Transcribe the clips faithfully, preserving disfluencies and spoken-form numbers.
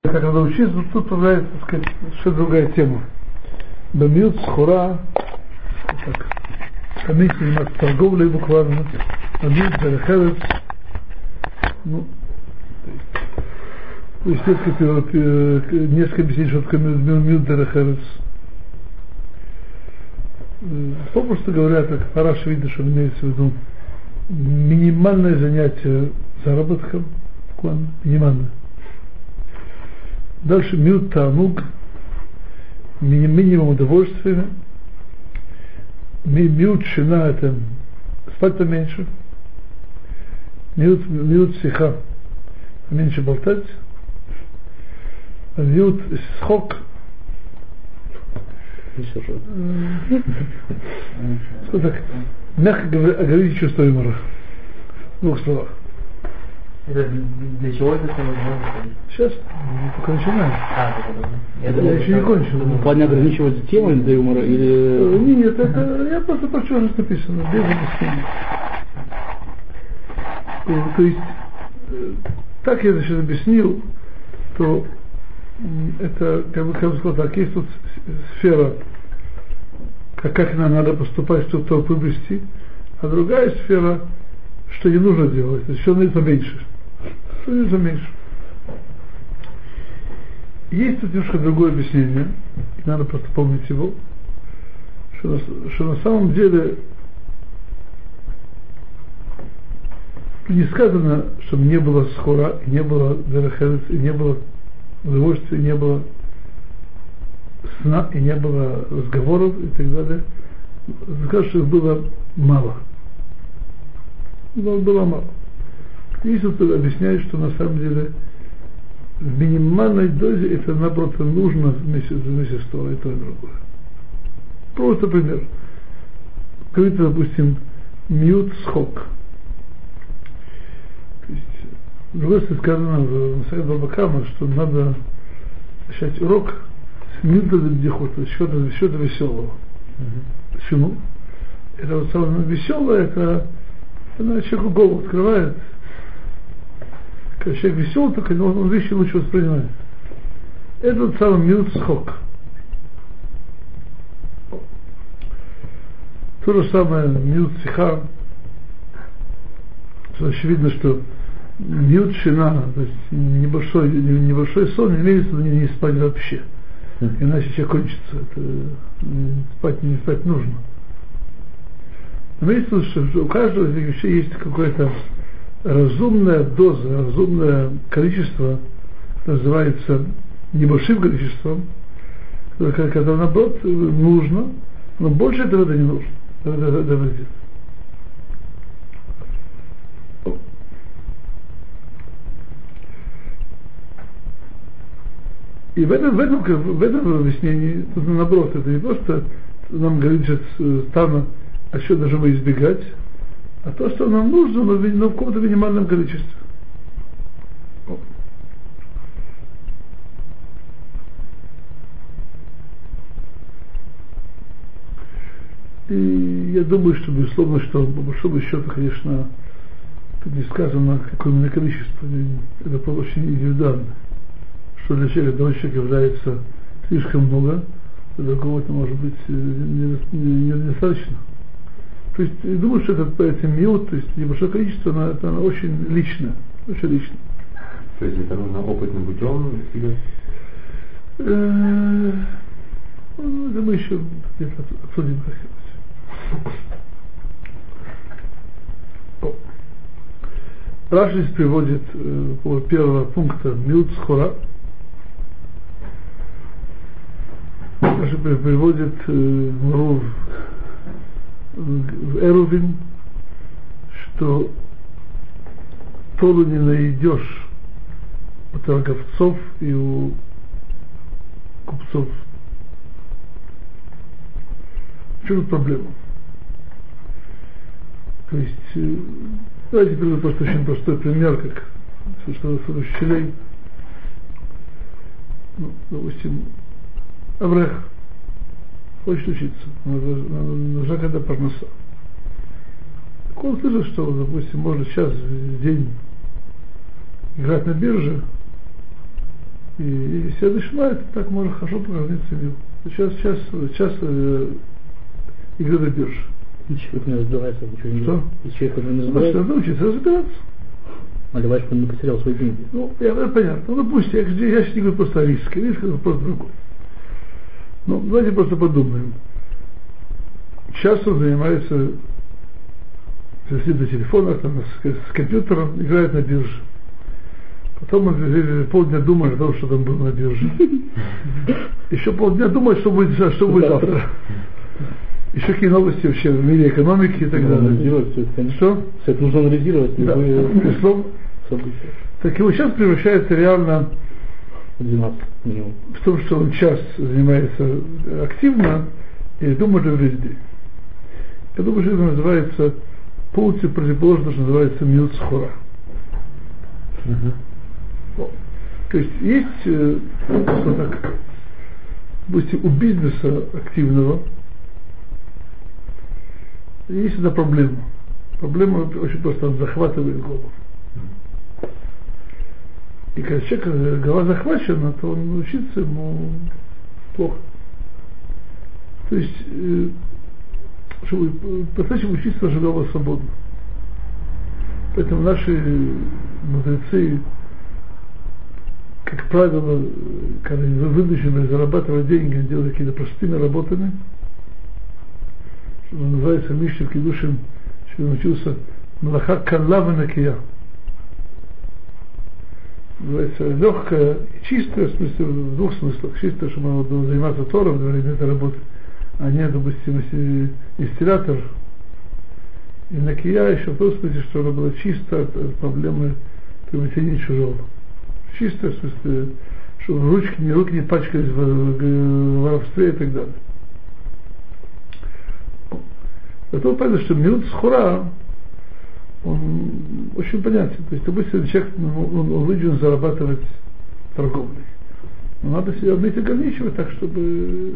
Как надо учиться, тут появляется, так сказать, совершенно другая тема. Бамиут, схура, так, камень заниматься торговлей буквально, бамиут, зарехевец, ну, то есть несколько, несколько объяснений, что такое бамиут, зарехевец. Попросту говоря, так, параш видно, что имеется в виду минимальное занятие заработком, буквально, минимальное. Дальше миут тануг, минимум удовольствия, миут шина, это спать поменьше, миут, миут сиха, меньше болтать, миут схок, так, мягко говорить чувство юмора, в двух словах. Это для чего это все нужно? Сейчас, только начинаем. А, я, я еще не кончил. В плане ограничивать темой для юмора или... Нет, это я просто прочел, что написано, без объяснения. То есть, так я сейчас объяснил, то это, как бы, как бы сказал, так, есть тут сфера, как, как нам надо поступать, чтобы толпу вести, а другая сфера, что не нужно делать, то есть все нужно меньше. Все нужно меньше. Есть тут немножко другое объяснение, и надо просто помнить его, что на, что на самом деле не сказано, чтобы не было схора, и не было дерехерец, и не было удовольствия, и не было сна, и не было разговоров, и так далее. Сказано, что их было мало. Но было мало. Здесь вот объясняют, что на самом деле в минимальной дозе это наоборот нужно вместе, вместе с то и то и другое. Просто пример. Говорится, допустим, мьют схок. То есть, в другой стороне сказано в Масахет Баба Кама, что надо начать урок с мьюта бдихот, то есть чего-то, чего-то веселого. Mm-hmm. Почему? Это вот самое веселое, это она человеку голову открывает. Когда человек весел, только он, он вещи лучше воспринимает. Это вот самый миут схок. То же самое миут сиха. Очевидно, что миут шина, то есть небольшой, небольшой сон, имеется в виду не спать вообще. Иначе человек кончится. Это, спать не спать нужно. Имеется в виду, что у каждого из этих вещей есть какое-то разумная доза, разумное количество, называется небольшим количеством, которое, наоборот, нужно, но больше этого не нужно. Это, это, это. И в этом, в этом, в этом объяснении, наоборот, это не просто нам говорит сейчас Тана, а что должны мы избегать, а то, что нам нужно, но в каком-то минимальном количестве. О. И я думаю, что, безусловно, что по большому счету, конечно, тут не сказано, какое именно количество, это очень индивидуально, что для человека, для человека является слишком много, для другого-то может быть недостаточно. То есть, я думаю, что этот поэтому миут, то есть небольшое количество, но это оно очень личное, очень личное. То есть это нужно опытным путем достигать? Ну, это мы еще где-то обсудим как-нибудь. Раши здесь приводит э, по первого пункта миут схора. Раши приводит э, Мурув в Эрувин, что Тору не найдешь у торговцов и у купцов. В чем проблема? То есть, давайте приведу просто очень простой пример, как совершенно учителей. Ну, допустим, Аврех хочет учиться, нужна какая-то парноса. Так он слышал, что, допустим, можно час в день играть на бирже, И если это шмает, так можно хорошо покормиться мил. Сейчас, сейчас, сейчас э, игры на бирже. И человек не разбирается, ничего не Что? делает. И человек уже не Ну, что, разбирается. надо учиться разбираться. А Левайш, он не потерял свои деньги. Ну, я, это понятно. Ну, пусть, я, я сейчас не говорю просто о риске. Риск это просто другой. Ну, давайте просто подумаем. Сейчас он занимается, сидит на телефонах, там, с, с компьютером, играет на бирже. Потом он полдня думает о том, что там было на бирже. Еще полдня думает, что будет, что будет завтра. Еще какие новости вообще в мире экономики и так далее. Анализировать все это, конечно. Что? Все это нужно анализировать, Да, любые безусловно. события. Так его сейчас превращается реально двенадцать минимум. в том, что он час занимается активно и думает о весь день. Я думаю, что это называется полностью противоположно, что называется миут схора. Угу. То есть есть, э, что так, допустим, у бизнеса активного есть одна проблема. Проблема очень просто, он захватывает голову. И когда человек голова захвачена, то он учится ему плохо. То есть, э, чтобы по-настоящему учиться, должна голова свободна. Поэтому наши мудрецы, как правило, когда они вынуждены зарабатывать деньги, они делают какими-то простыми работами, что называется в Мишне Кидушин, что он учился Малаха Калла Венакия. Называется легкая и чистая, в смысле, в двух смыслах. Чистая, что можно заниматься Тором во время этой работы, а не, допустим, если инстиллятор. И накия еще в том смысле, что она была чисто от, от проблемы приобретения чужого. Чисто, в смысле, чтобы ручки, не, руки не пачкались в, в, в воровстве и так далее. Зато понятно, что минут схура, он очень понятен. То есть, допустим, человек, он, он вынужден зарабатывать торговлей. Но надо себя уметь ограничивать так, чтобы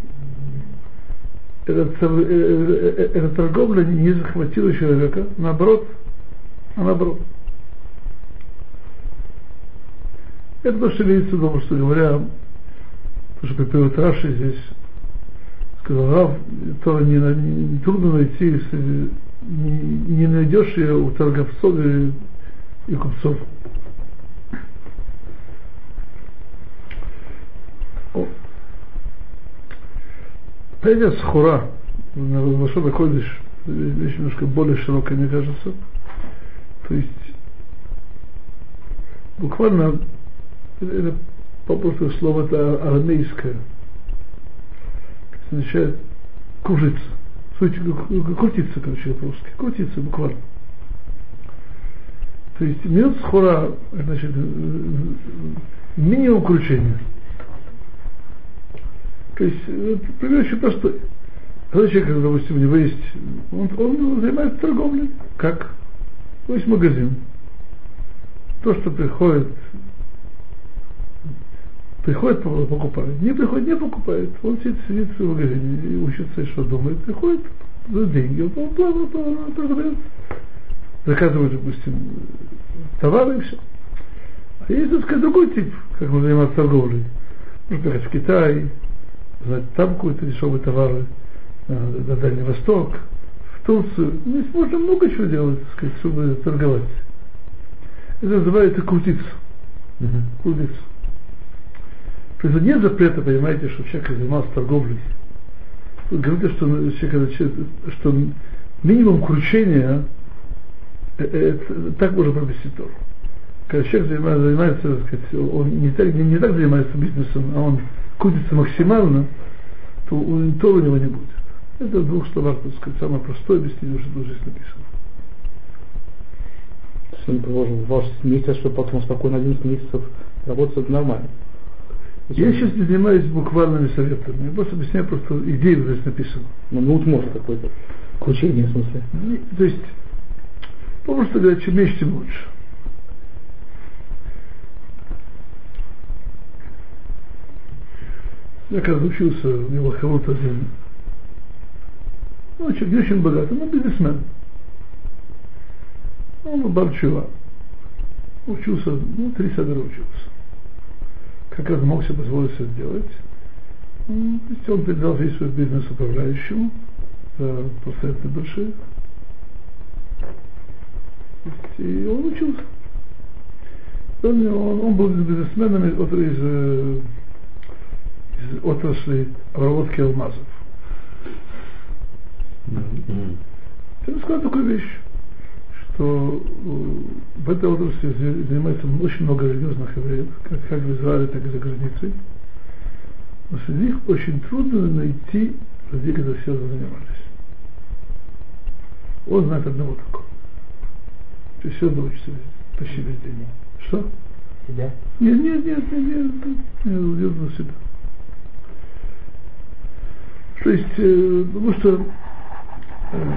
эта, эта торговля не захватила человека, наоборот, а наоборот. Это то, что имеется в виду, что говоря, то, что припевает Раши здесь, сказал Рав, то не, не, трудно найти, если не, не найдешь ее у торговцов и, и купцов. Понятие схура, Лашон ха-Койдеш, вещь немножко более широкая, мне кажется. То есть, буквально, это попросту слово это арамейское, означает кружиться, крутиться, короче, по-русски, крутиться буквально. То есть, минут схура, значит, минимум кручения. То есть, пример очень простой. Когда человек, допустим, у него есть, он, он занимается торговлей. Как? Есть магазин. То, что приходит, приходит, покупает. Не приходит, не покупает. Он сидит, сидит в магазине и учится, что думает. Приходит, за деньги, он плавно, плавно продает. Заказывает, допустим, товары и все. А есть, так сказать, другой тип, как мы занимаемся торговлей. Можно приехать в Китай, знать там какой-то дешевый товар, на Дальний Восток, в Турцию. Здесь можно много чего делать, так сказать, чтобы торговать. Это называется крутиться. Uh-huh. Крутиться. То есть нет запрета, понимаете, что человек занимался торговлей. Вы говорите, что, человек, что минимум кручения, это, это, так можно провести Тору. Когда человек занимается, занимается так сказать, он не так, не, не так занимается бизнесом, а он крутится максимально, то у Торы у него не будет. Это в двух словах, так сказать, самое простое объяснение, что тут здесь написано. Если мы положим ваш месяц, чтобы потом спокойно одиннадцать месяцев работать, это нормально. Я он... сейчас не занимаюсь буквальными советами, я просто объясняю просто идею, здесь написано. Ну, минут может какое-то кручение, в смысле. Не, то есть, просто говоря, чем меньше, тем лучше. Я когда учился, у него кого-то один, ну, человек не очень богатый, но бизнесмен. Он был Барчува. Учился, ну, три седера учился. как раз мог себе позволить все сделать. Ну, то есть он передал весь свой бизнес управляющему за проценты большие. И он учился. Он, он, он был бизнесменом из, из, из отрасли обработки алмазов. Mm-hmm. Я сказал такую вещь, что в этой отрасли занимается очень много религиозных евреев, как, как в Израиле, так и за границей. Но среди них очень трудно найти людей, которые все занимались. Он знает одного такого. То есть все научится почти везде. Что? Себя? Нет, нет, нет, нет, нет, нет, нет, на себя. То есть, э, потому что э,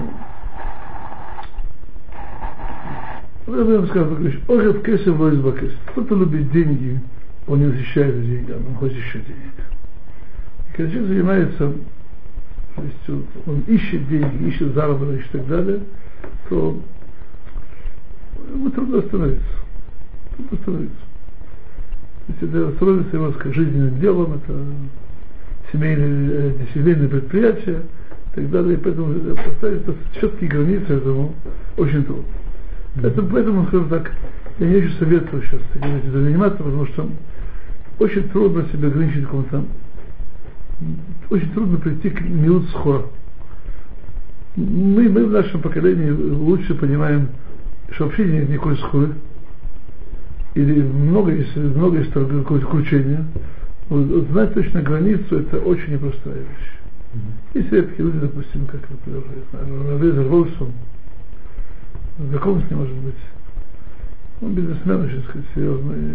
я бы вам сказал такую вещь. Огет кесев воизбакес. Кто-то любит деньги, он не защищает деньгами, он хочет еще денег. И когда человек занимается, то есть он ищет деньги, ищет заработок и так далее, то ему трудно остановиться. Трудно остановиться. То есть это становится его жизненным делом, это семейное, это семейное предприятие и так далее. И поэтому поставить четкие границы этому очень трудно. Поэтому, поэтому, скажем так, я не очень советую сейчас этим заниматься, потому что очень трудно себя ограничить какому-то, очень трудно прийти к миут схора. Мы, мы в нашем поколении лучше понимаем, что вообще нет никакой схоры, или много есть, много есть какое-то включение. Вот, вот знать точно границу — это очень непростая вещь. Mm-hmm. Есть редкие люди, допустим, как, например, Равезер Вольфсон. Каком с ним может быть? Он бизнесмен, очень сказать, серьезный.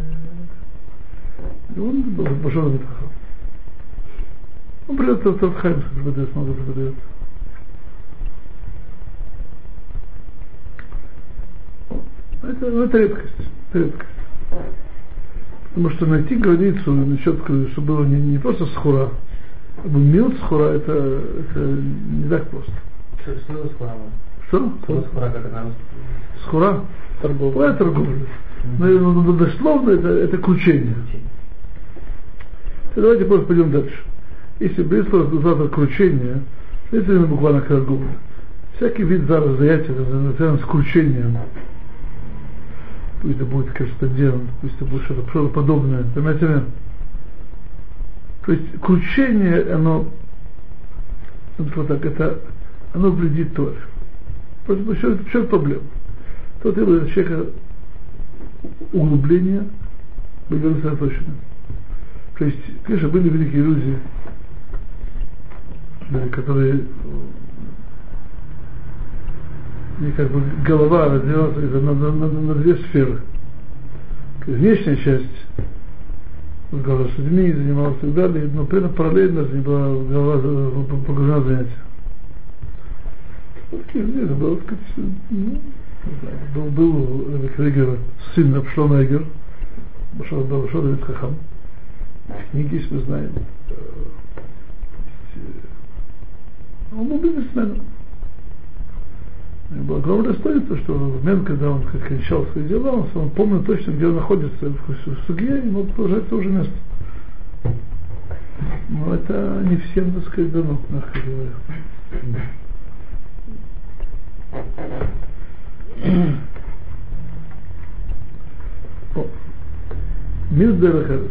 И он был пошел на Митхахам. Он придет в Тартхайм, преподает, много преподает. Это, это редкость. Это редкость. Потому что найти границу насчет, чтобы было не, не просто схура, а милт схура, это, это не так просто. Что, что это схура? Что? Что схура, как это на Схура? Торговля. Это торговля. Mm-hmm. Но, но дословно это, это кручение. Давайте просто пойдем дальше. Если без завтра кручение, это буквально торговля. Всякий вид занятия называем скручением. Пусть это будет корреспондент, пусть это будет что-то, что-то подобное. Понимаете ли? То есть кручение, оно, вот так, это, оно вредит Торе. Просто что, что проблема? То требует от человека углубления, быть сосредоточенным. То есть, конечно, были великие люди, которые, и как бы голова разделялась на, на, на, на две сферы. То есть внешняя часть разговаривала с людьми, занималась и так далее, но при этом параллельно была голова погружена в занятия. Вот такие люди, было, так сказать, ну, был, был Кригер, сын Абшлона Эгер, Башар Башар Давид Хахам. Книги, если мы знаем. Он был бизнесменом. И было огромное достоинство, что в момент, когда он кончал свои дела, он, он помнил точно, где он находится в суге, и мог продолжать то же место. Но это не всем, так сказать, дано, мягко говоря. О. Мир Дерехерец.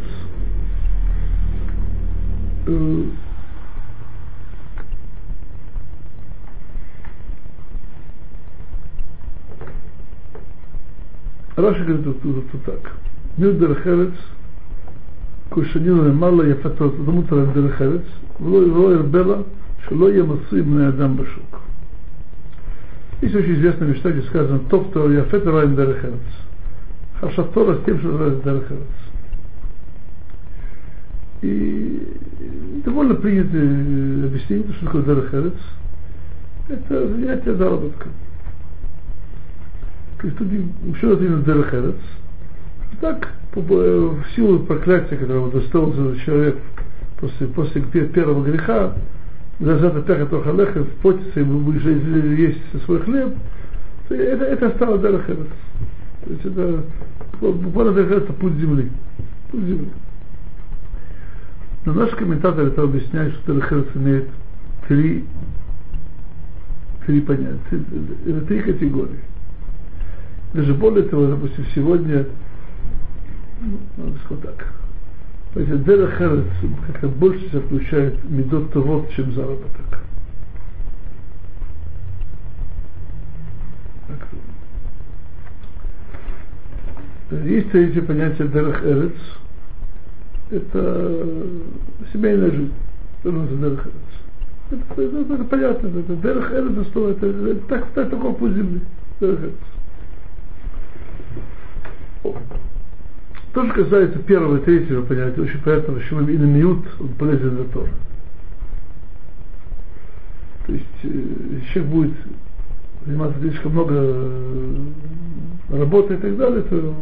Раши говорит тут, тут, тут так. Мир Дерехерец, кушанину немало яфатот, замутра Дерехерец, вло ирбела, шело ямасу бней адам башук. Есть очень известная мечта, где сказано «Топ то яфет раем Дерехерец». Хашатора с тем, что называется Дерехерец. И довольно принято объяснить, что такое Дерехерец. Это занятие заработком. То есть тут еще раз именно Дерехерец. Так, в силу проклятия, которого достоился человек после, после первого греха, зажата пяха тохалеха, в потице ему будешь есть свой хлеб, то это, это стало Дерехерец. То есть это буквально Дерехерец — это путь земли. Путь земли. Но наши комментаторы это объясняют, что Дерех Эрец имеет три, три понятия, это три категории. Даже более того, допустим, сегодня, ну, надо сказать так, Дерех Эрец как-то больше себя включает мидот тавот, чем заработок. Есть третье понятие Дерех Эрец, это семейная жизнь, что называется Дерех Эрец. Это, это, это, это понятно, это Дерех Эрец, что это, это, это так, так, такой путь земли, Дерех Эрец. То, что касается первого и третьего понятия, очень понятно, почему именно миют он полезен для Торы. То есть, если человек будет заниматься слишком много работы и так далее, то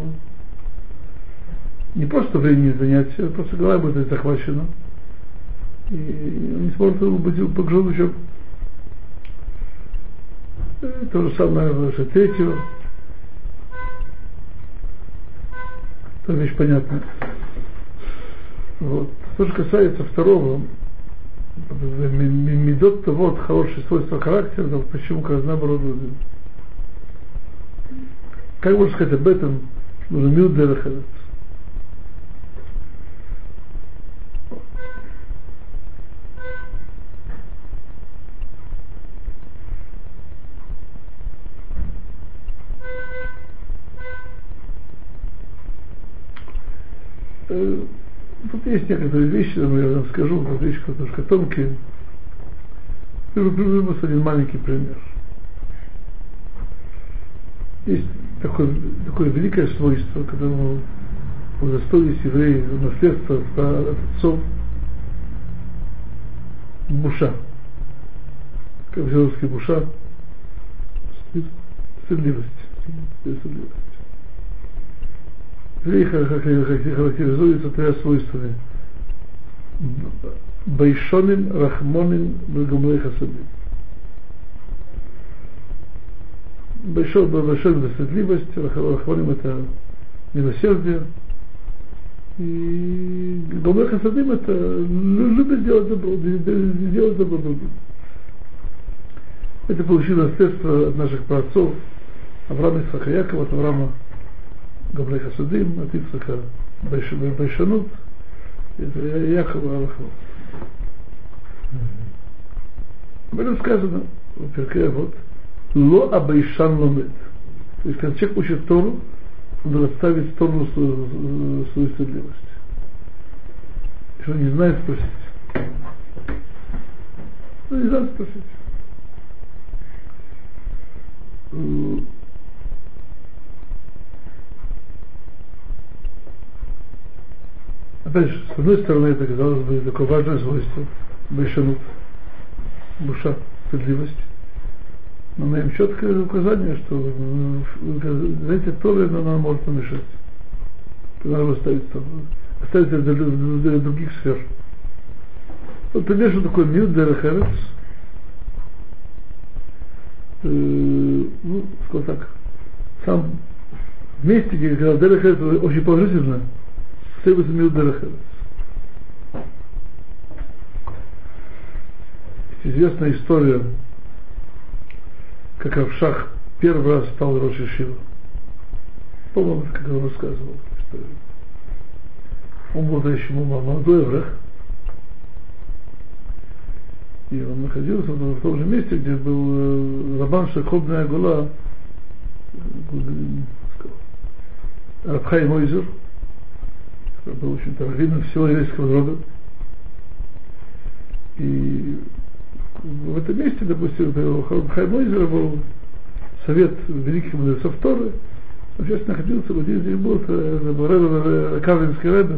не просто времени занятия, а просто голова будет захвачена. И он не сможет быть погружен в учебу. То же самое ваше третьего. Это вещь понятная. Вот. То, что касается второго, мидот вот хорошие свойства характера, но почему как наоборот? Как можно сказать об этом? Нужно миут Дерех Эрец. Тут есть некоторые вещи, я вам скажу, вот вещи немножко тонкие. Приведу один маленький пример. Есть такое, такое великое свойство, когда мы удостоились евреи наследство от отцов, буша. Как в-русски буша? Стыдливость. Стыдливость. Евреи характеризуются тремя свойствами. Байшоним, рахмоним, благомлей хасадим. Байшон, байшон это стыдливость, рахмоним это милосердие. И благомлей хасадим это любит делать добро, делать добро другим. Это получило наследство от наших праотцов Авраама, Ицхака, Якова, от Авраама Гамлей Хасадим, от Ицхака Байшанут, это Якова Аллахова. Об этом сказано в Перкей вот Ло Абайшан Ломед. То есть, когда человек учит Тору, он должен ставить в сторону свою, свою стыдливость. Если он не знает спросить. Он не знает спросить. Опять же, с одной стороны, это казалось бы такое важное свойство, байшанут, буша, стыдливость. Но мы имеем четкое указание, что, знаете, Торе нам может помешать. Надо оставить, оставить это для, для других сфер. Вот пример, что такое миут Дерех Эрец, ну, скажем так, сам вместе, когда Дерех Эрец очень положительно, требуется миут Дерех Эрец. Известная история, как Равшах первый раз стал рош йешива. По-моему, как он рассказывал историю. Он был да еще молодой еврех, и он находился в том же месте, где был Рабан Шакоб бен Агула, Рав Хаим Ойзер, который был очень раввином всего еврейского народа. И в этом месте, допустим, Рав Хаим Ойзер был совет великих мудрецов Торы. Он сейчас находился в один из них был, это был Ребе, Кавлинский Ребе.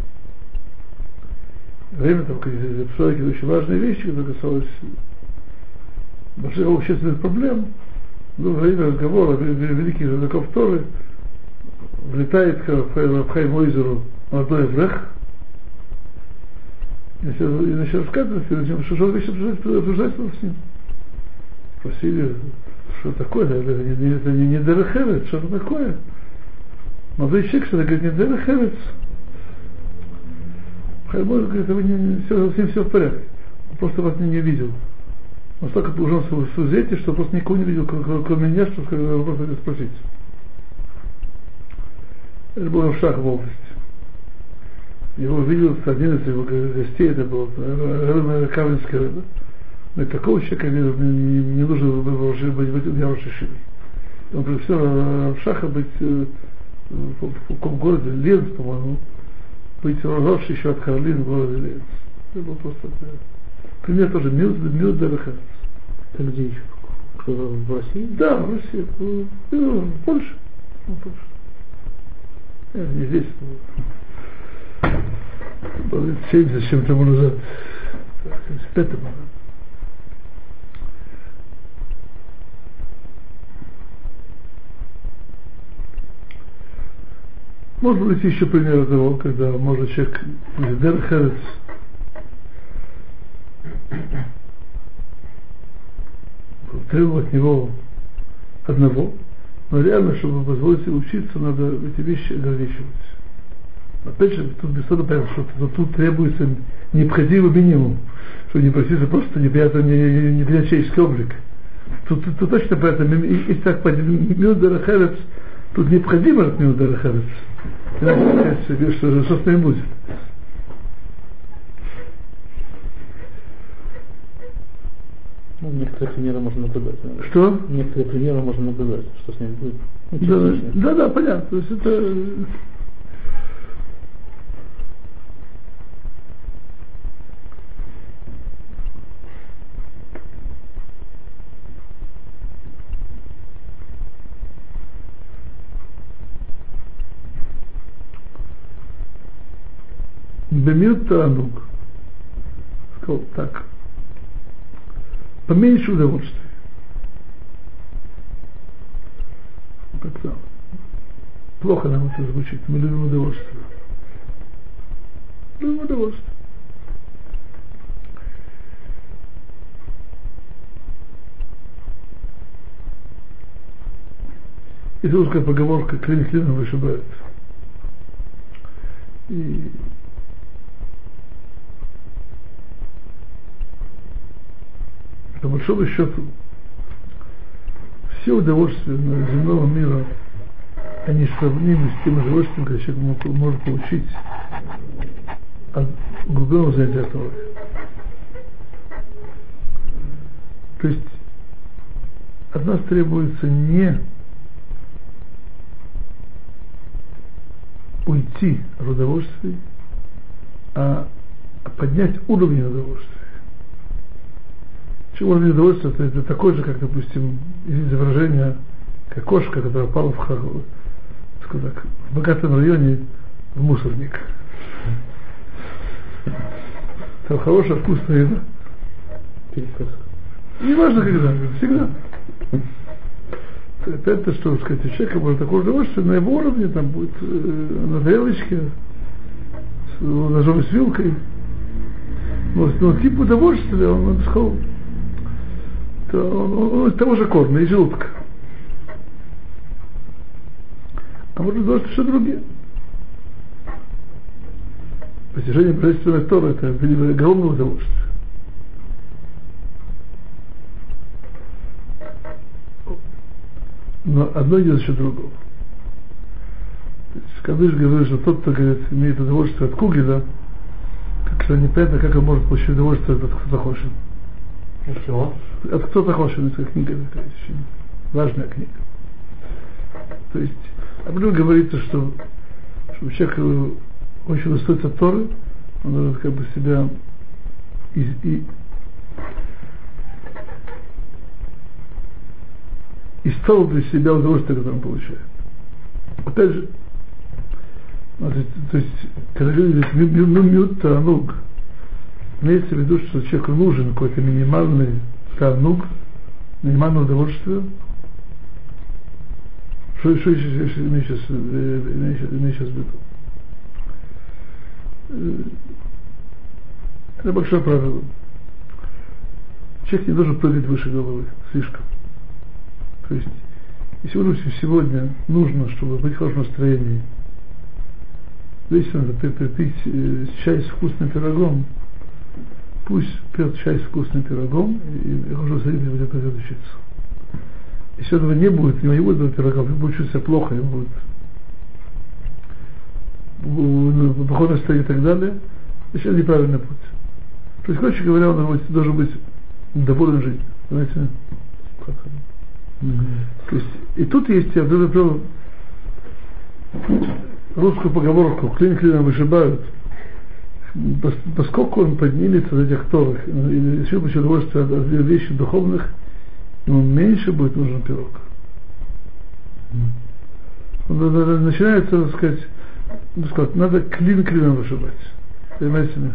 Время там обсуждали какие-то очень важные вещи, которые касались больших общественных проблем. Но во время разговора великих знатоков Торы влетает к Хаиму Ойзеру молодой еврех и начал рассказывать перед ним, что же вещи обсуждать с ним. Спросили, что такое, это не, это не, не Дерех Эрец, что это такое? Молодой человек, что это говорит, не Дерех Эрец. Хаймор говорит, вы не, все, с ним все в порядке. Он просто вас не, не видел. Он столько погружался в свою деятельность, что просто никого не видел, кроме, кроме меня, что просто хотел спросить. Это был Шах в области. Его видел один из его гостей, это был Кавинский рыба. Но такого человека не, не, не нужно было быть, быть Ярошишивой. Он пригласил Шаха быть в, в, в каком городе, Ленц, по-моему, быть рожавший еще от Карлин в городе Ленц. Это был просто это. Пример тоже Милд Дерехерц. Это где еще? В России? Да, в России. В, в Польше. В Польше. Нет, не здесь. Было семьдесят с чем-то тому назад. семьдесят пять тому назад. Можно найти еще пример того, когда может человек Дерехерц требовать от него одного, но реально, чтобы позволить себе учиться, надо эти вещи ограничивать. Опять же, тут бесспорно понятно, что тут требуется необходимый минимум, чтобы не проситься просто неприятный, не, не принять человеческий облик. Тут, тут, тут точно понятно, если так понять, Милд Дерехерц, тут необходимо от Милд Дерехерц, иначе что, что с ним будет. Ну, некоторые примеры можно наблюдать. Наверное. Что? Некоторые примеры можно наблюдать, что с ним будет. Ну, да, да, да, понятно. То есть это... Бемир Таранук сказал так: поменьше удовольствия. Как-то плохо нам это звучит. Мы любим удовольствие. Любим удовольствие. Есть русская поговорка: клин клином вышибает. И по большому счету все удовольствия земного мира, они сравнимы с тем удовольствием, когда человек может получить от глубинного занятия Торой. То есть от нас требуется не уйти от удовольствия, а поднять уровень удовольствия. Уровень удовольствия это, это такой же, как, допустим, извините выражение, как кошка, которая попала в, так, в богатом районе в мусорник. Там хорошая, вкусная еда. Не важно когда, всегда. Опять-то, что сказать, у человека может такое удовольствие на его уровне, там будет э, на тарелочке, с ножом и с вилкой. Но, но тип удовольствия, он, он сказал, то он, он, он того же корма, из желудка. А может удовольствие что другие. Постижение божественной Торы — это огромное удовольствие. Но одно идет еще другого. Кадыш говорит, что тот, кто говорит, имеет удовольствие от кугеля, как-то непонятно, как он может получить удовольствие от кто-то хочет. От чего? От кто-то хочет, это книга такая, очень важная книга. То есть, об этом говорится, что чтобы человек очень устроить от Торы, он должен как бы себя и, и и стал для себя удовольствие, которое он получает. Опять же, то есть, то есть когда говорит мют таануг, имеется в виду, что человеку нужен какой-то минимальный таануг, минимальное удовольствие. Что, что еще, еще имею сейчас, имею сейчас в виду? Это большое правило. Человек не должен прыгать выше головы слишком. То есть, если, допустим, сегодня нужно, чтобы быть в хорошем настроении, вечером надо пить э, чай с вкусным пирогом, пусть пьет чай с вкусным пирогом, и я хожу садиться и будет пойдет учиться. Если этого не будет, у него не будет этого пирога, он будет чувствовать себя плохо, ему будет похоже стоит и так далее, значит, это неправильный путь. То есть, короче говоря, он должен быть, должен быть доволен жизнью. Понимаете? Mm-hmm. То есть, и тут есть, я вдруг русскую поговорку «клин клином вышибают», поскольку он поднимется за этих Торах и решил получить удовольствие от вещей духовных, ему меньше будет нужен пирог. Mm-hmm. Начинается, так сказать, так сказать, надо клин клином вышибать. Понимаете меня?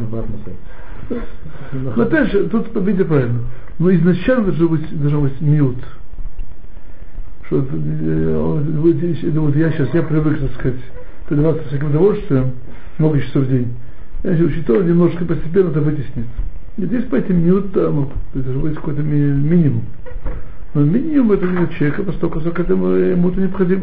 Но опять же, тут видите правильно. Но изначально должен быть, должен быть мьют. Что вот я сейчас, я привык, так сказать, предаваться всяким удовольствием много часов в день. Я учить то немножко постепенно это вытеснит. Нет, есть по этим мьют, там, это должен быть какой-то ми- минимум. Но минимум это для человека, поскольку к этому ему это необходимо.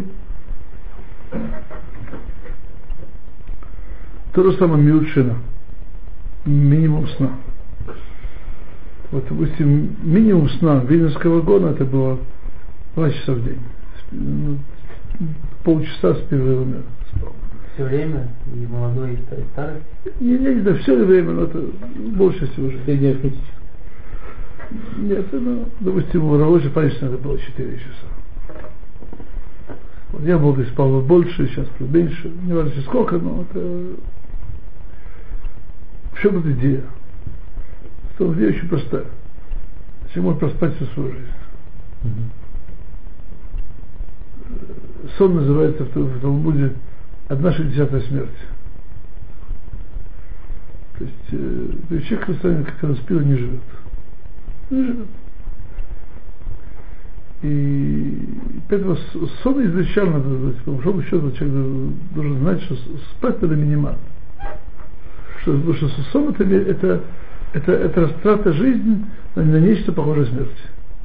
То же самое мьют шина. Минимум сна. Вот, допустим, минимум сна Вильнюсского гона это было два часа в день. Ну, полчаса с перерывом спал. Все время? И молодой, и старый? Не, не, не, все время, но это больше всего уже. Среднеарифметически. Нет, ну, допустим, у рабочей памяти это было четыре часа. Вот я был спал больше, сейчас меньше. Не важно сколько, но это... В чем эта идея? Что идея очень простая. Человек может проспать всю свою жизнь. Mm-hmm. Сон называется в Талмуде одна шестидесятая смерти. То есть, э, то есть человек, который, когда спил, не живет. Не живет. И поэтому сон изначально, по большому счету, человек должен знать, что спать надо минимально. Что, потому что сон это, это, это, это растрата жизни на, на нечто похожее смерти.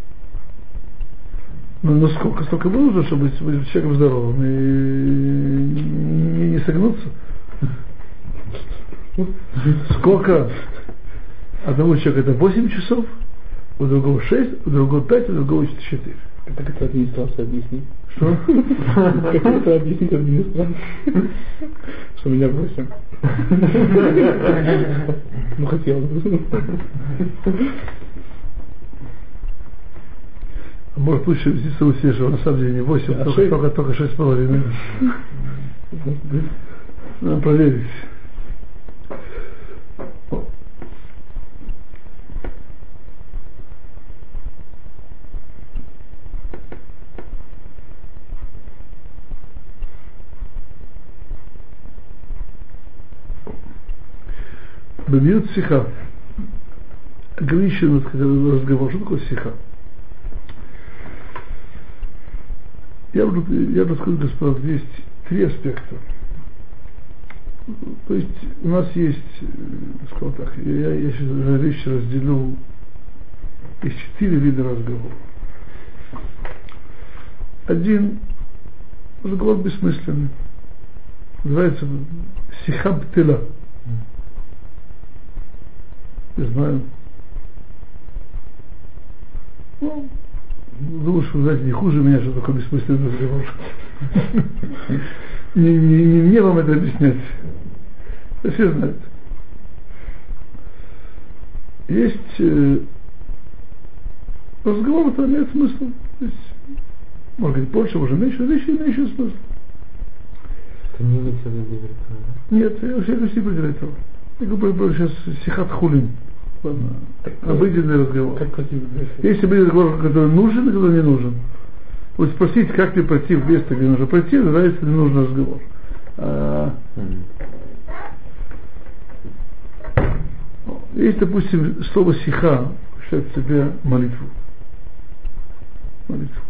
Но, но сколько, столько бы нужно, чтобы быть, быть человеком здоровым и не, не согнуться? Сколько одного человека это восемь часов, у другого шесть, у другого пять, у другого четыре. Как это администрация объяснит? Что? Как это объяснит администрация? Что меня восемь. Ну хотелось бы. Может лучше вести усилие, что на самом деле не восемь, а только, только, только шесть с половиной. Надо проверить. Бемьют сиха. Ограниченный разговор. Что такое сиха? Я буду, я расскажу, господа, есть три аспекта. То есть у нас есть, сказал так, я, я сейчас вещи разделю, есть четыре вида разговора. Один разговор бессмысленный. Называется сиха бтела. Не знаю. Ну, думаю, что вы знаете не хуже меня, что такое бессмысленный разговор. Не, не, не мне вам это объяснять. Это все знают. Есть э, разговор, это имеет смысл. То есть, может быть, больше, может меньше, вещи имеющие смысл. Это не имеется в виду доверительно, да? Нет, я вообще не про этого. Я говорю про сейчас сихат хулин. Обыденный разговор. Как Есть обыденный разговор, который нужен и который не нужен. Вот спросить, как мне пройти в место, где нужно пройти, называется не нужный разговор. А, есть, допустим, слово сиха включает в себя молитву. Молитву.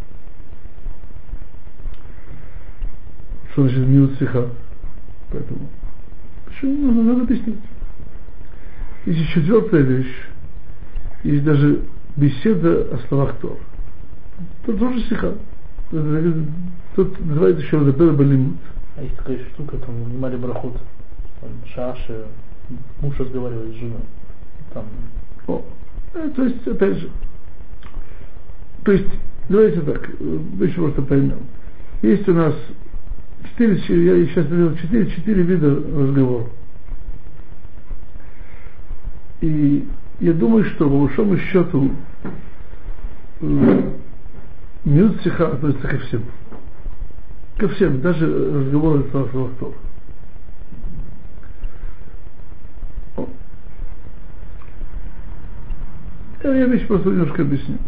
Что значит миут сиха? Поэтому почему надо, надо объяснить. Есть еще четвертая вещь. Есть даже беседа о словах Тор. Тут тоже сиха. Тут называется еще Ледабер Балимут. А есть такая штука, там, внимали брахот, там, шаши, муж разговаривает с женой, там. О, э, то есть, опять же, то есть, давайте так, еще просто поймем. Есть у нас четыре, я сейчас говорил, четыре, четыре вида разговора. И я думаю, что по большому счету минут сиха относится ко всем. Ко всем, даже разговоры с Торой. Я вещь просто немножко объясню.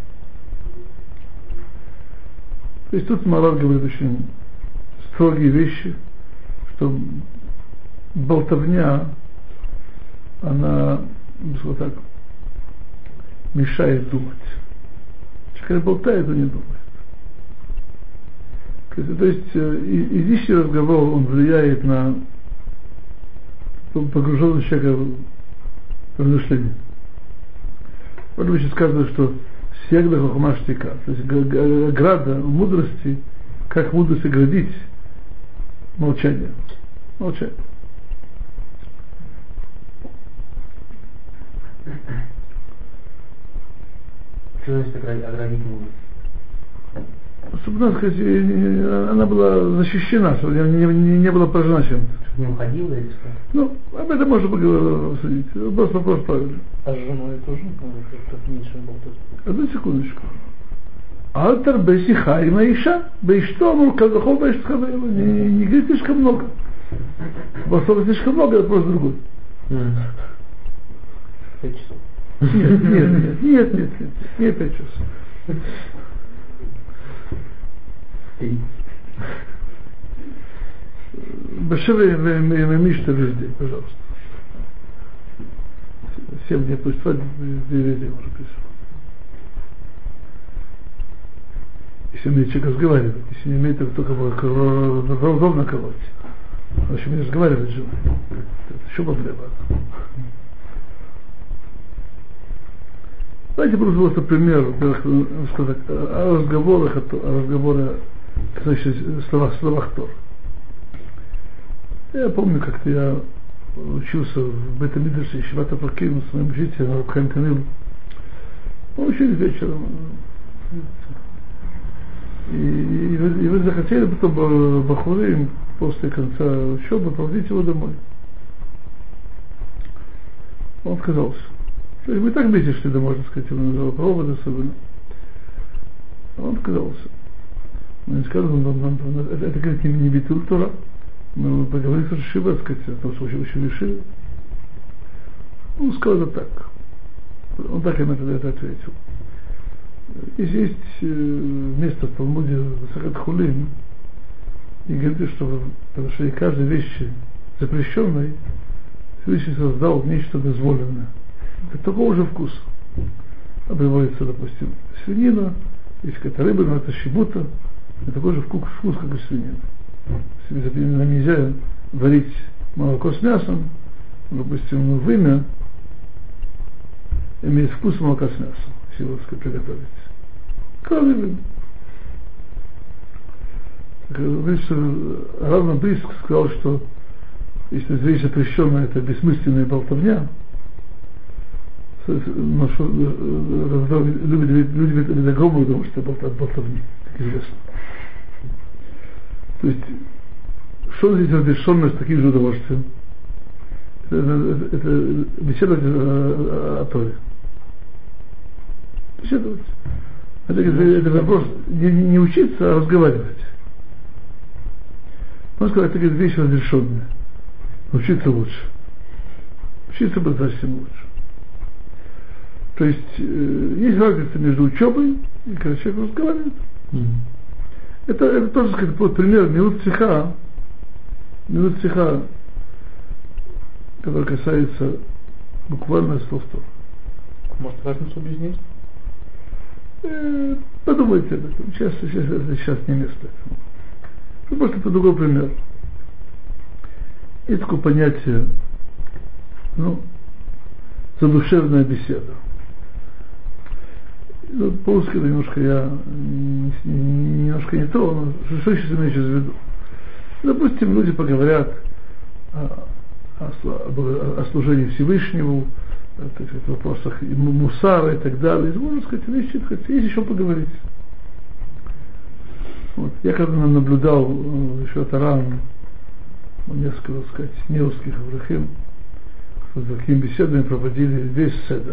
То есть тут Марат говорит очень строгие вещи, что болтовня, она, вот так, мешает думать. Когда болтает, он не думает. То есть излишний разговор, он влияет на погруженность человека в размышление. Вот вы сейчас сказали, что Сегда хохма штика, то есть града мудрости, как мудрости градить молчание. Молчание. Что значит оградить мудрость? Чтобы, надо сказать, она была защищена, чтобы не, не, не была поражена чем-то. Не уходила или что? Ну, об этом можно поговорить, обсудить. Вопрос, вопрос правильный. А с женой тоже, ну, как-то меньше болтать. Одну секундочку. Алтер бесиха и маиша, бейшто, ну, казахол, бейшто, не говорит слишком много. Вопрос слишком много, это просто другой. Пять часов. Нет, нет, нет, нет, нет, нет, не пять часов. Башевы мишта везде, пожалуйста. Семь дней пусть спать, везде уже писал. Если умеет человек разговаривать, если не умеет, то только ровно колоть. Он еще умеет разговаривать с женой. Это еще проблема. Давайте просто пример, сказать, о разговорах, о разговорах, в словах, словах Тор. Я помню, как-то я учился в Бет-Мидреше Ешиват Апраким с моим учителем Рабхаим Камилом. Мы учились вечером. И, и, вы, и вы захотели потом бахуры после конца учебы проводить его домой. Он отказался. То есть мы так вместе шли домой, можно сказать, его называл провод особенно. Он отказался. Мы сказали, нам, нам, нам, это, это говорит, не, не битуль Тора. Мы поговорили с Рашива, сказать, о том, что учили Рашива. Он сказал это так. Он так им это, это ответил. Если есть место в Талмуде Сахат Хулин, и говорит, что в отношении каждой вещи запрещенной Всевышний создал нечто дозволенное. Это такого же вкуса. А приводится, допустим, свинина, есть какая-то рыба, но это щебута, это такой же вкус, вкус как и свинина. Если нам нельзя варить молоко с мясом, допустим, вымя имеет вкус молока с мясом, если его, так сказать, приготовить. Кроме вымя. Говорит, что равно близко сказал, что если вещь запрещенная, это бессмысленная болтовня, но что люди любят ледогромы, потому что это болтовни, как известно. То есть, что здесь разрешено с таким же удовольствием? Это, это, это беседовать о, о Торе. Беседовать. Это, это, это вопрос не, не учиться, а разговаривать. Можно сказать, это вещь разрешенная. Учиться лучше. Учиться будет совсем лучше. То есть, э, есть разница между учебой и когда человек разговаривает. Mm-hmm. Это, это тоже, сказать, вот пример минут стиха, минут стиха, который касается буквально слов Тора. Может, разницу объяснить? Э, подумайте об этом. Сейчас, сейчас, сейчас не место этому. Просто по другой пример. Есть такое понятие, ну, задушевная беседа. Ну, по-русски немножко я немножко не то, но что сейчас имею сейчас в виду? Допустим, люди поговорят о, о, о, о служении Всевышнему, в вопросах мусара и так далее. Можно сказать, вещи, есть еще поговорить. Вот. Я когда наблюдал еще Таран, несколько, так сказать, неузких аврахим, с такими беседами проводили весь седер.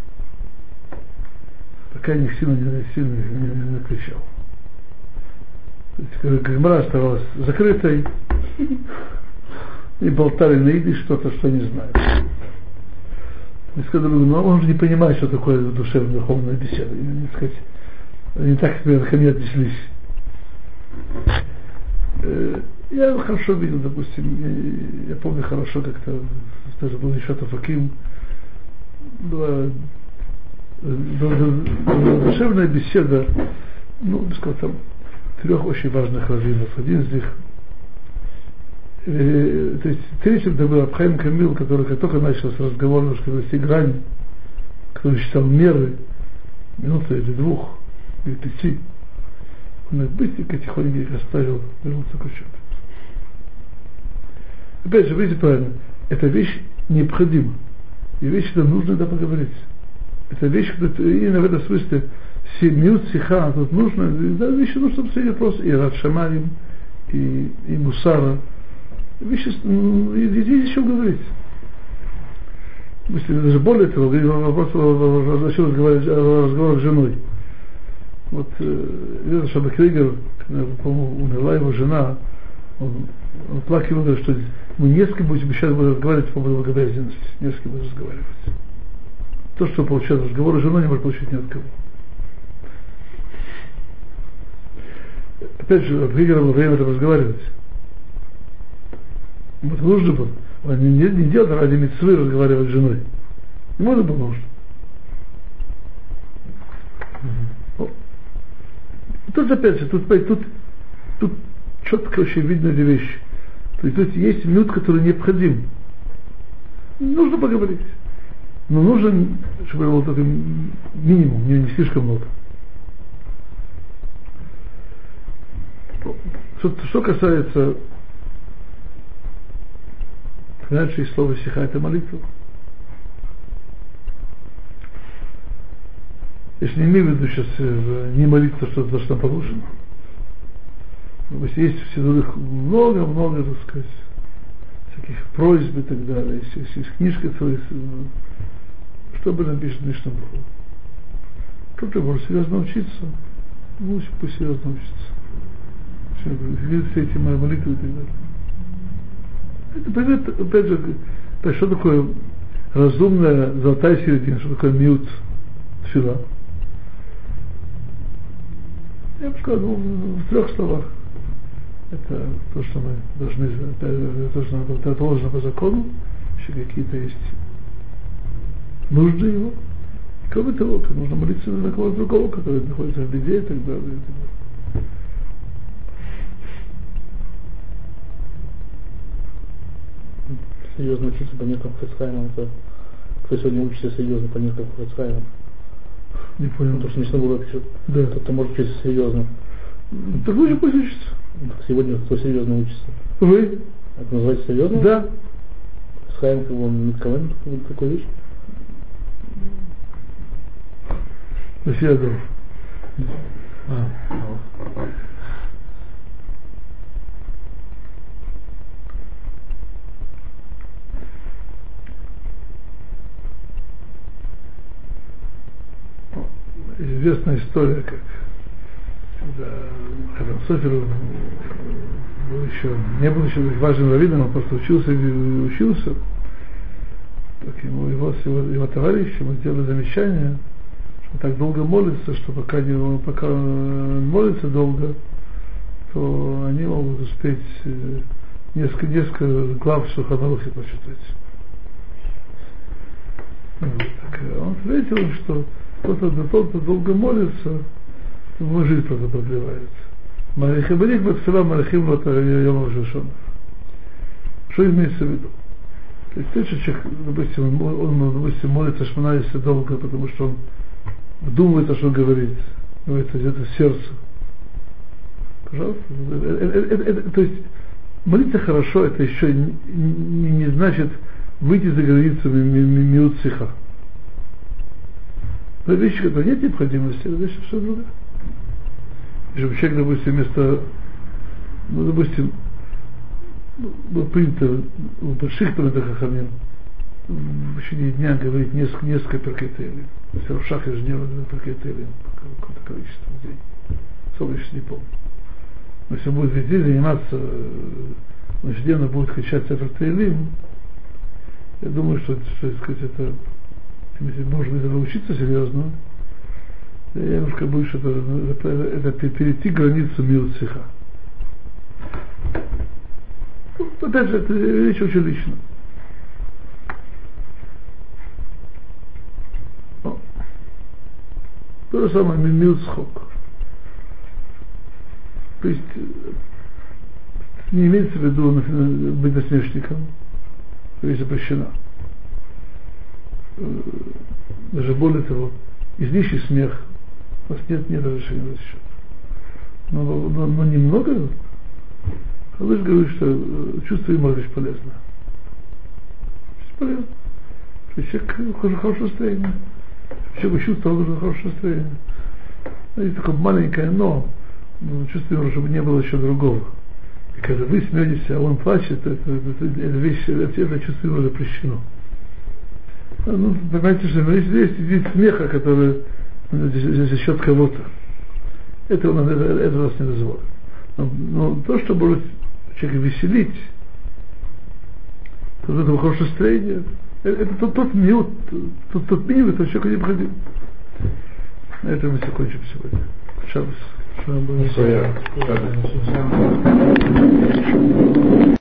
Пока я них сильно не, сильно не, не накричал. Гемара оставалась закрытой и болтали на идиш что-то, что не знают. Я сказал, ну он же не понимает, что такое душевная духовная беседа. Не сказать, они так ко мне отнеслись. Я хорошо видел, допустим, я, я помню хорошо, как-то даже был еще Тафаким, была, была душевная беседа, ну, бы сказал, там трех очень важных раввинов. Один из них, э, то есть третий это был Абхаим Камил, который как только начался разговор, немножко вести грань, который считал меры, минуты или двух, или пяти, он их быстренько, тихонько их оставил, вернулся к учебе. Опять же, видите правильно, эта вещь необходима. И вещь, это нужно это поговорить. Это вещь, именно в этом смысле, минут сиха, тут нужно, да, вещи нужно обсудить просто и Рад Шамаим, и, и Мусара. Вещи, ну, есть еще говорить. Если даже более того, вопрос начал разговаривать о разговорах с женой. Вот, видно, что Бакригер, когда, по-моему, умерла его жена, он, он плакал, говорит, что мы несколько будем сейчас будем разговаривать по поводу богобоязненности, несколько будем разговаривать. То, что получает разговор с женой, не может получить ни от кого. Опять же, Бакригер было время это разговаривать. Вот нужно было. Он не, не, не делал ради мицвы разговаривать с женой. Не можно было нужно. Mm-hmm. Тут опять же, тут, тут, тут четко очень видно две вещи. То есть, то есть есть минут, который необходим. Нужно поговорить. Но нужно, чтобы был такой минимум, не, не слишком много. Что, что касается раньше из слова сиха, это молитва. Если не имею в виду сейчас не молиться, что то, что там положено. Есть в Сидурах много-много, так сказать, всяких просьб и так далее. Есть, есть, есть книжка целая, что об этом пишет Мишна Бруха. Кто-то может серьезно учиться, ну пусть серьезно учится. Видит все эти мои молитвы и так далее. Это привет, опять же, что такое разумная золотая середина, что такое миут тфила. Я бы сказал, ну, в трех словах. Это то, что мы должны, это, то, что нам положено по закону, еще какие-то есть нужды его. И кроме того, нужно молиться на кого-то другого, который находится в беде и так далее. И так далее. Серьезно учиться по нескольким Хацхаймам, это кто сегодня учится серьезно по нескольким Хацхаймам? Не понял. Ну, то, что Мишна Бруха пишет, да. Кто-то может учиться серьезно. Так лучше пусть учится. Сегодня кто серьезно учится? Вы? Это называется серьезно? Да. Схайм, как он Митковен, такой вещь? Беседов. А, известная история, как когда Хабан Софер был еще, не был еще важным раввином, он просто учился и учился, так ему его, его, его товарищи ему сделали замечание, что он так долго молится, что пока, не, пока он молится долго, то они могут успеть несколько, несколько глав Шулхан Арухи прочитать. Вот, так, он ответил им, что кто-то, кто-то долго молится, его жизнь просто продлевается. Марихим Барих Батфила Марихим Лота Йома Шушона. Что имеется в виду? То есть тот человек, допустим, он, он, допустим, молится Шмонайса долго, потому что он думает, о что говорит, говорит где-то сердце. Пожалуйста. Это, это, это, то есть молиться хорошо, это еще не, не, не значит выйти за границу миут сиха. Это вещи, которые нет необходимости, это вещи все другое. Чтобы человек, допустим, вместо, ну, допустим, было принято в больших талмидей хахамим в течение дня говорить несколько, несколько перкетелей. Если в шах ежедневно перкетелей, какое-то количество в день. Сколько еще не помню. Но если он будет везде заниматься, он ежедневно будет качать перкетелей, я думаю, что, что сказать, это, если можно это научиться серьезно, я немножко боюсь, что это, это, это перейти границу миут сиха. Ну, опять же, это речь очень лично. О. То же самое миут схок. То есть не имеется в виду быть насмешником, то есть запрещено. Даже более того, излишний смех, у нас нет, нет разрешения на этот счет. Но, но, но немного, Халыш говорит, что чувство юмора очень полезно. Очень полезно. Что человек в хорошее настроение. Человек чувствовал хорошее настроение. Есть такое маленькое но, чувство юмора, чтобы не было еще другого. И когда вы смеетесь, а он плачет, это, это, это, это вещь, это, это чувство юмора запрещено. Ну, понимаете, что есть, есть вид смеха, который за, за счет кого-то. Это, это, это вас не дозволит. Но, но то, что может человека веселить, то это хорошее настроение, это, это тот, тот минут, тот, тот минимум, который человеку необходим. На этом мы закончим сегодня. Шаббас. Шаббас.